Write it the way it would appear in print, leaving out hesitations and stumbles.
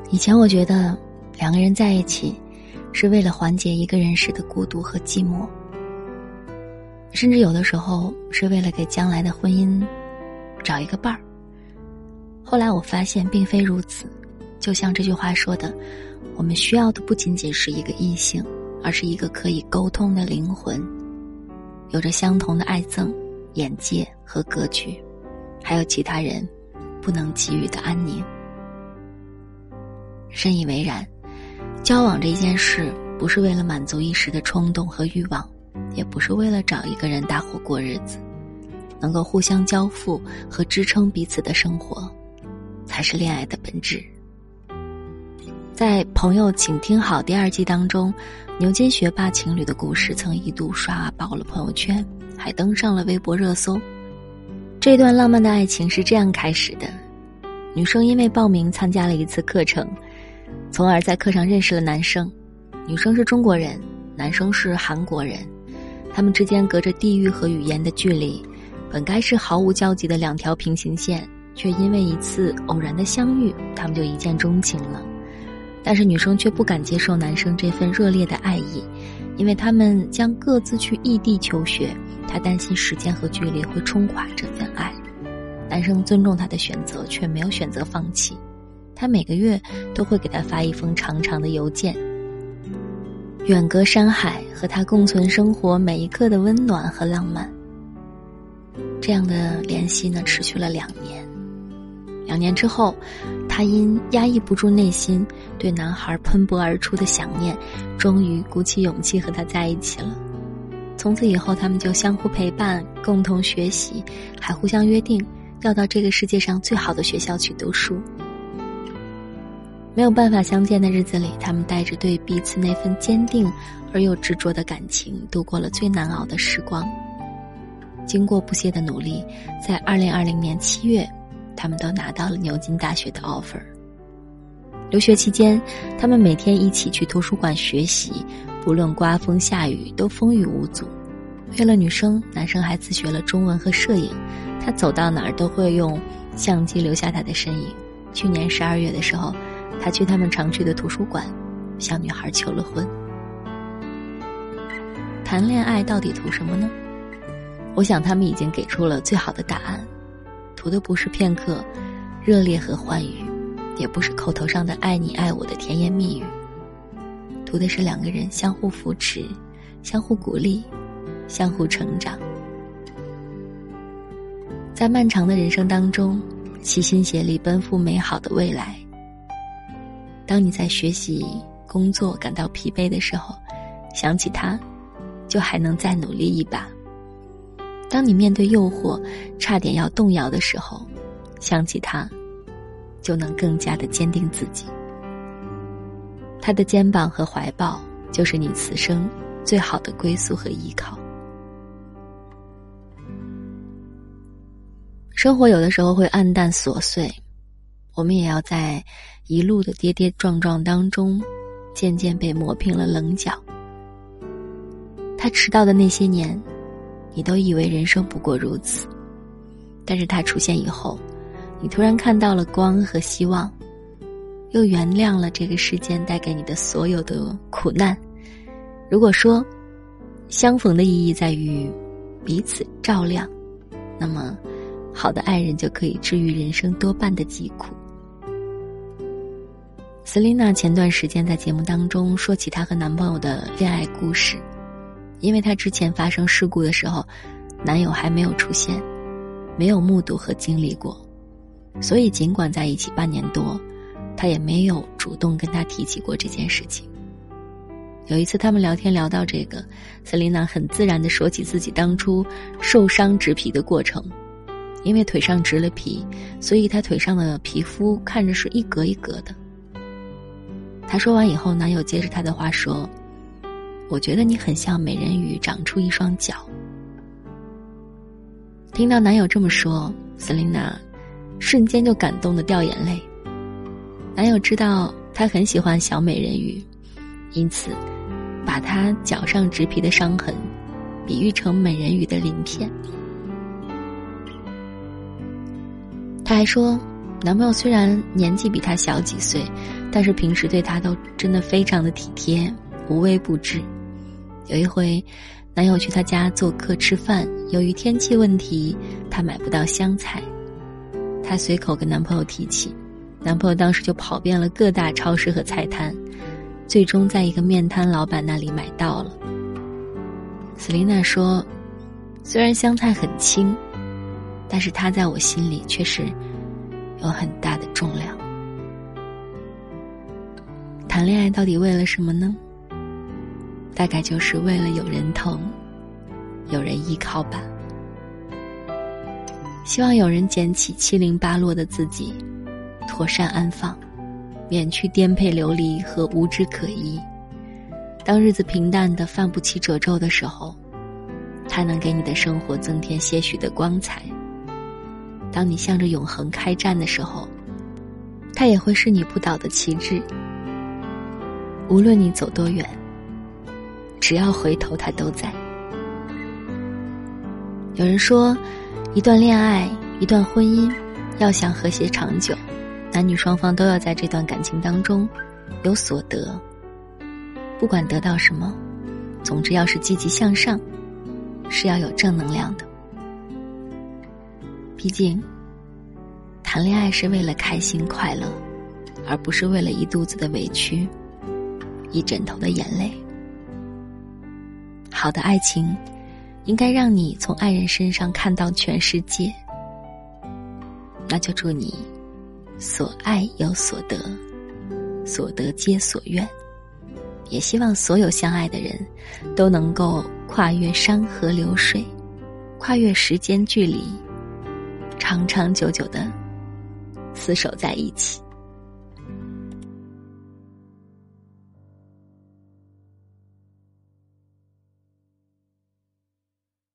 以前我觉得两个人在一起是为了缓解一个人时的孤独和寂寞，甚至有的时候是为了给将来的婚姻找一个伴儿。后来我发现并非如此，就像这句话说的，我们需要的不仅仅是一个异性，而是一个可以沟通的灵魂，有着相同的爱憎、眼界和格局，还有其他人不能给予的安宁。深以为然，交往这一件事不是为了满足一时的冲动和欲望，也不是为了找一个人搭伙过日子，能够互相交付和支撑彼此的生活，才是恋爱的本质。在《朋友请听好》第2季当中，牛津学霸情侣的故事曾一度刷爆了朋友圈，还登上了微博热搜。这段浪漫的爱情是这样开始的，女生因为报名参加了一次课程，从而在课上认识了男生。女生是中国人，男生是韩国人，他们之间隔着地域和语言的距离，本该是毫无交集的两条平行线，却因为一次偶然的相遇，他们就一见钟情了。但是女生却不敢接受男生这份热烈的爱意，因为他们将各自去异地求学，她担心时间和距离会冲垮这份爱。男生尊重她的选择，却没有选择放弃，他每个月都会给她发一封长长的邮件，远隔山海，和她共存生活每一刻的温暖和浪漫。这样的联系呢，持续了2年。2年之后，她因压抑不住内心对男孩喷薄而出的想念，终于鼓起勇气和他在一起了。从此以后，他们就相互陪伴，共同学习，还互相约定要到这个世界上最好的学校去读书。没有办法相见的日子里，他们带着对彼此那份坚定而又执着的感情，度过了最难熬的时光。经过不懈的努力，在2020年7月，他们都拿到了牛津大学的 offer。 留学期间，他们每天一起去图书馆学习，不论刮风下雨都风雨无阻。为了女生，男生还自学了中文和摄影，他走到哪儿都会用相机留下他的身影。去年12月的时候，他去他们常去的图书馆向女孩求了婚。谈恋爱到底图什么呢？我想他们已经给出了最好的答案，图的不是片刻热烈和欢愉，也不是口头上的爱你爱我的甜言蜜语，图的是2个人相互扶持，相互鼓励，相互成长。在漫长的人生当中，齐心协力奔赴美好的未来。当你在学习工作感到疲惫的时候，想起他，就还能再努力一把。当你面对诱惑差点要动摇的时候，想起他，就能更加的坚定自己。他的肩膀和怀抱，就是你此生最好的归宿和依靠。生活有的时候会黯淡琐碎，我们也要在一路的跌跌撞撞当中，渐渐被磨平了棱角。他迟到的那些年，你都以为人生不过如此，但是他出现以后，你突然看到了光和希望，又原谅了这个世间带给你的所有的苦难。如果说相逢的意义在于彼此照亮，那么好的爱人就可以治愈人生多半的疾苦。Selina 前段时间在节目当中说起她和男朋友的恋爱故事，因为她之前发生事故的时候，男友还没有出现，没有目睹和经历过，所以尽管在一起半年多，她也没有主动跟他提起过这件事情。有一次他们聊天聊到这个，Selina很自然地说起自己当初受伤植皮的过程。因为腿上植了皮，所以她腿上的皮肤看着是一格一格的。她说完以后，男友接着她的话说，我觉得你很像美人鱼长出一双脚。听到男友这么说， Selina 瞬间就感动得掉眼泪。男友知道她很喜欢小美人鱼，因此把她脚上植皮的伤痕比喻成美人鱼的鳞片。她还说，男朋友虽然年纪比她小几岁， 但是平时对她都真的非常的体贴，无微不至。有一回男友去她家做客吃饭，由于天气问题她买不到香菜，她随口跟男朋友提起，男朋友当时就跑遍了各大超市和菜摊，最终在一个面摊老板那里买到了。斯丽娜说，虽然香菜很轻，但是它在我心里确实有很大的重量。谈恋爱到底为了什么呢？大概就是为了有人疼，有人依靠吧。希望有人捡起七零八落的自己，妥善安放，免去颠沛流离和无枝可依。当日子平淡的泛不起褶皱的时候，它能给你的生活增添些许的光彩。当你向着永恒开战的时候，它也会是你不倒的旗帜。无论你走多远，只要回头它都在。有人说，一段恋爱，一段婚姻，要想和谐长久，男女双方都要在这段感情当中有所得。不管得到什么，总之要是积极向上，是要有正能量的。毕竟谈恋爱是为了开心快乐，而不是为了一肚子的委屈，一枕头的眼泪。好的爱情应该让你从爱人身上看到全世界。那就祝你所爱有所得，所得皆所愿。也希望所有相爱的人都能够跨越山河流水，跨越时间距离，长长久久的厮守在一起。